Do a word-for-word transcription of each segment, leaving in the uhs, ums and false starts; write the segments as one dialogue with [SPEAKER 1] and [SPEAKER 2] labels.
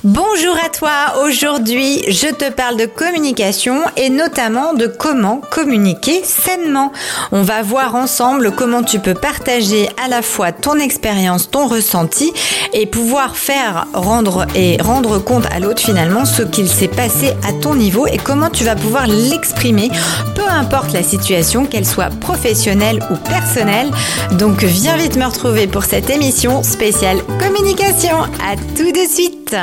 [SPEAKER 1] Bonjour à toi, aujourd'hui je te parle de communication et notamment de comment communiquer sainement. On va voir ensemble comment tu peux partager à la fois ton expérience, ton ressenti et pouvoir faire rendre et rendre compte à l'autre finalement ce qu'il s'est passé à ton niveau et comment tu vas pouvoir l'exprimer, peu importe la situation, qu'elle soit professionnelle ou personnelle. Donc viens vite me retrouver pour cette émission spéciale communication. À tout de suite.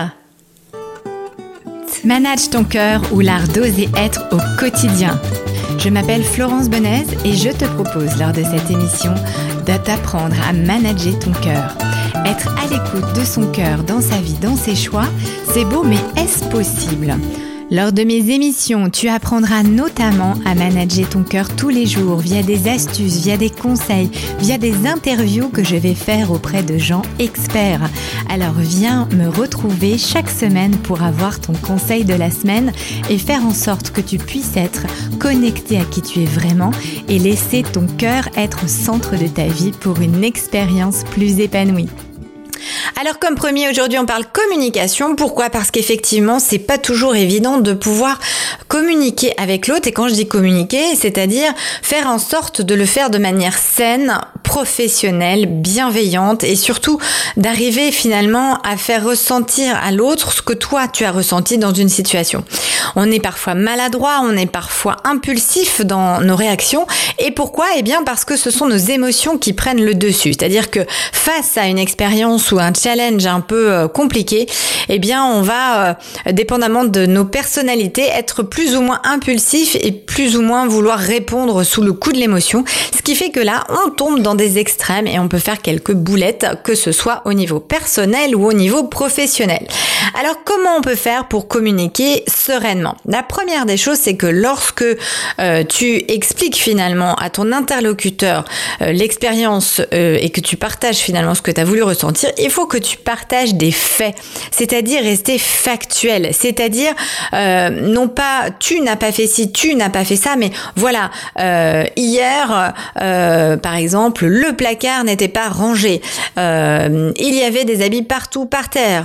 [SPEAKER 1] Manage ton cœur ou l'art d'oser être au quotidien. Je m'appelle Florence Benez et je te propose lors de cette émission de t'apprendre à manager ton cœur. Être à l'écoute de son cœur dans sa vie, dans ses choix, c'est beau, mais est-ce possible ? Lors de mes émissions, tu apprendras notamment à manager ton cœur tous les jours via des astuces, via des conseils, via des interviews que je vais faire auprès de gens experts. Alors viens me retrouver chaque semaine pour avoir ton conseil de la semaine et faire en sorte que tu puisses être connecté à qui tu es vraiment et laisser ton cœur être au centre de ta vie pour une expérience plus épanouie. Alors comme premier, aujourd'hui on parle communication. Pourquoi ? Parce qu'effectivement c'est pas toujours évident de pouvoir communiquer avec l'autre, et quand je dis communiquer, c'est-à-dire faire en sorte de le faire de manière saine, professionnelle, bienveillante et surtout d'arriver finalement à faire ressentir à l'autre ce que toi tu as ressenti dans une situation. On est parfois maladroit, on est parfois impulsif dans nos réactions, et pourquoi ? Eh bien parce que ce sont nos émotions qui prennent le dessus, c'est-à-dire que face à une expérience ou un challenge un peu euh, compliqué, eh bien on va, euh, dépendamment de nos personnalités, être plus ou moins impulsif et plus ou moins vouloir répondre sous le coup de l'émotion, ce qui fait que là on tombe dans des extrêmes et on peut faire quelques boulettes, que ce soit au niveau personnel ou au niveau professionnel. Alors comment on peut faire pour communiquer sereinement ? La première des choses, c'est que lorsque euh, tu expliques finalement à ton interlocuteur euh, l'expérience euh, et que tu partages finalement ce que tu as voulu ressentir, il faut que tu partages des faits, c'est-à-dire rester factuel, c'est-à-dire euh, non pas tu n'as pas fait ci, tu n'as pas fait ça, mais voilà, euh, hier euh, par exemple, le placard n'était pas rangé, euh, il y avait des habits partout par terre.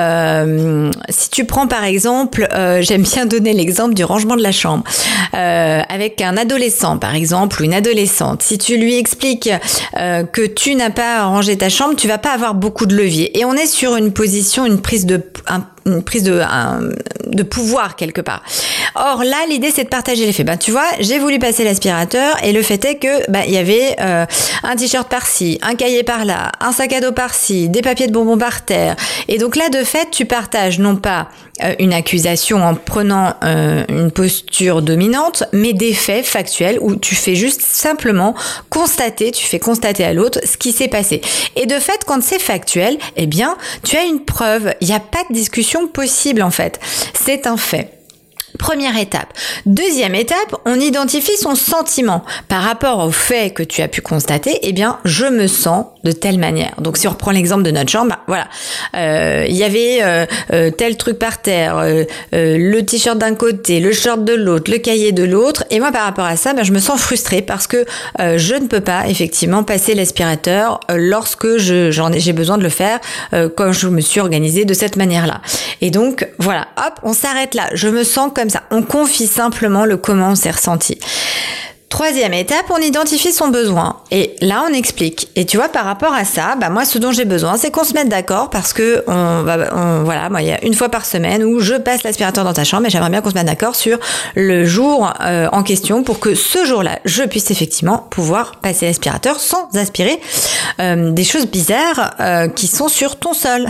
[SPEAKER 1] Euh, si tu prends par exemple, euh, j'aime bien donner l'exemple du rangement de la chambre, euh, avec un adolescent par exemple ou une adolescente, si tu lui expliques euh, que tu n'as pas rangé ta chambre, tu vas pas avoir beaucoup de levier. Et on est sur une position, une prise de, un, une prise de, un, de pouvoir quelque part. Or là, l'idée c'est de partager les faits. Ben tu vois, j'ai voulu passer l'aspirateur et le fait est que ben il y avait euh, un t-shirt par-ci, un cahier par-là, un sac à dos par-ci, des papiers de bonbons par terre. Et donc là, de fait, tu partages non pas euh, une accusation en prenant euh, une posture dominante, mais des faits factuels où tu fais juste simplement constater, tu fais constater à l'autre ce qui s'est passé. Et de fait, quand c'est factuel, eh bien, tu as une preuve. Il n'y a pas de discussion possible en fait. C'est un fait. Première étape. Deuxième étape, on identifie son sentiment. Par rapport au fait que tu as pu constater, eh bien, je me sens de telle manière. Donc, si on reprend l'exemple de notre chambre, bah, voilà. Euh, il y avait euh, euh, tel truc par terre, euh, euh, le t-shirt d'un côté, le short de l'autre, le cahier de l'autre. Et moi, par rapport à ça, bah, je me sens frustrée parce que euh, je ne peux pas, effectivement, passer l'aspirateur euh, lorsque je, j'en ai, j'ai besoin de le faire euh, quand je me suis organisée de cette manière-là. Et donc, voilà, hop, on s'arrête là. Je me sens comme ça. On confie simplement le comment on s'est ressenti. Troisième étape, on identifie son besoin. Et là, on explique. Et tu vois, par rapport à ça, bah, moi, ce dont j'ai besoin, c'est qu'on se mette d'accord parce que on va, on, voilà, moi, il y a une fois par semaine où je passe l'aspirateur dans ta chambre et j'aimerais bien qu'on se mette d'accord sur le jour euh, en question pour que ce jour-là, je puisse effectivement pouvoir passer l'aspirateur sans aspirer euh, des choses bizarres euh, qui sont sur ton sol.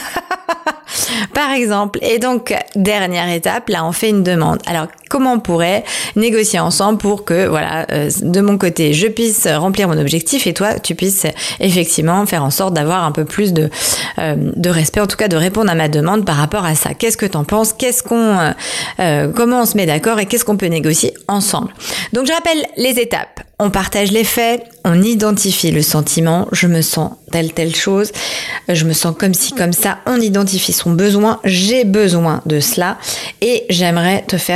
[SPEAKER 1] Par exemple. Et donc, dernière étape, là, on fait une demande. Alors, comment on pourrait négocier ensemble pour que, voilà, euh, de mon côté, je puisse remplir mon objectif et toi, tu puisses effectivement faire en sorte d'avoir un peu plus de, euh, de respect, en tout cas de répondre à ma demande par rapport à ça. Qu'est-ce que t'en penses ? Qu'est-ce qu'on, euh, euh, comment on se met d'accord et qu'est-ce qu'on peut négocier ensemble ? Donc, je rappelle les étapes. On partage les faits, on identifie le sentiment, je me sens telle telle chose, je me sens comme ci comme ça, on identifie son besoin, j'ai besoin de cela et j'aimerais te faire cette demande.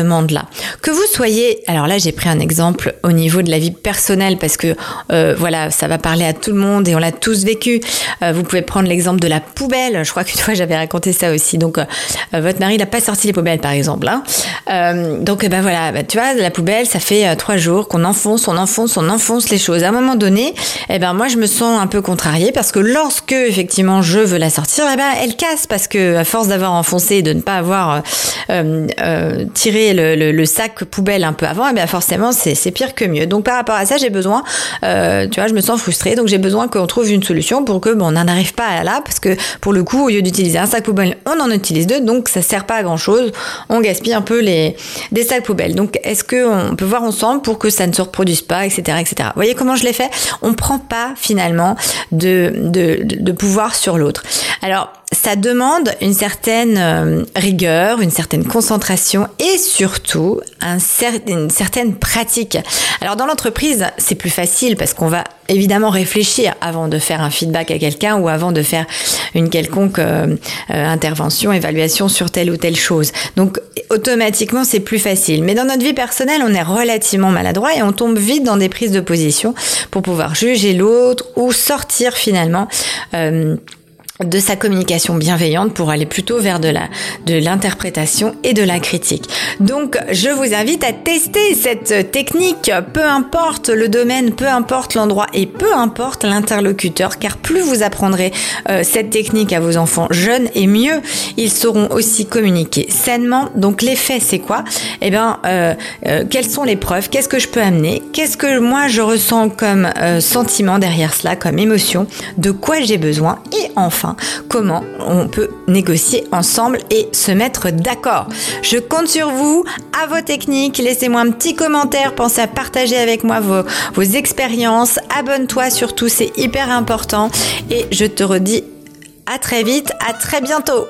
[SPEAKER 1] demande-là. Que vous soyez, alors là j'ai pris un exemple au niveau de la vie personnelle parce que euh, voilà, ça va parler à tout le monde et on l'a tous vécu. Euh, vous pouvez prendre l'exemple de la poubelle. Je crois qu'une fois j'avais raconté ça aussi. Donc euh, votre mari n'a pas sorti les poubelles par exemple. Hein. Euh, donc ben voilà, ben, tu vois, la poubelle, ça fait euh, trois jours qu'on enfonce, on enfonce, on enfonce les choses. À un moment donné, eh ben moi je me sens un peu contrariée parce que lorsque effectivement je veux la sortir, eh ben elle casse parce que à force d'avoir enfoncé et de ne pas avoir euh, euh, tiré le, le, le sac poubelle un peu avant, eh ben forcément c'est, c'est pire que mieux. Donc par rapport à ça, j'ai besoin, euh, tu vois, je me sens frustrée, donc j'ai besoin qu'on trouve une solution pour que bon, on n'en arrive pas à là, parce que pour le coup, au lieu d'utiliser un sac poubelle, on en utilise deux, donc ça sert pas à grand chose. On gaspille un peu les des sacs poubelles. Donc est-ce que on peut voir ensemble pour que ça ne se reproduise pas, et cetera, et cetera. Vous voyez comment je l'ai fait? On prend pas finalement de de de, de pouvoir sur l'autre. Alors ça demande une certaine euh, rigueur, une certaine concentration et surtout un cer- une certaine pratique. Alors dans l'entreprise, c'est plus facile parce qu'on va évidemment réfléchir avant de faire un feedback à quelqu'un ou avant de faire une quelconque euh, euh, intervention, évaluation sur telle ou telle chose. Donc automatiquement, c'est plus facile. Mais dans notre vie personnelle, on est relativement maladroit et on tombe vite dans des prises de position pour pouvoir juger l'autre ou sortir finalement euh, de sa communication bienveillante pour aller plutôt vers de la de l'interprétation et de la critique. Donc, je vous invite à tester cette technique, peu importe le domaine, peu importe l'endroit et peu importe l'interlocuteur, car plus vous apprendrez euh, cette technique à vos enfants jeunes et mieux ils sauront aussi communiquer sainement. Donc, l'effet, c'est quoi? Eh ben, euh, euh, quelles sont les preuves? Qu'est-ce que je peux amener? Qu'est-ce que moi je ressens comme euh, sentiment derrière cela, comme émotion? De quoi j'ai besoin? Et enfin, comment on peut négocier ensemble et se mettre d'accord. Je compte sur vous, à vos techniques. Laissez-moi un petit commentaire. Pensez à partager avec moi vos, vos expériences. Abonne-toi surtout, c'est hyper important. Et je te redis à très vite, à très bientôt.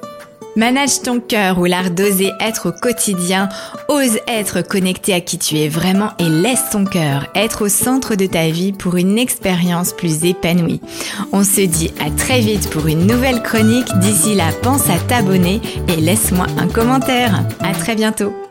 [SPEAKER 1] Manage ton cœur ou l'art d'oser être au quotidien. Ose être connecté à qui tu es vraiment et laisse ton cœur être au centre de ta vie pour une expérience plus épanouie. On se dit à très vite pour une nouvelle chronique. D'ici là, pense à t'abonner et laisse-moi un commentaire. À très bientôt.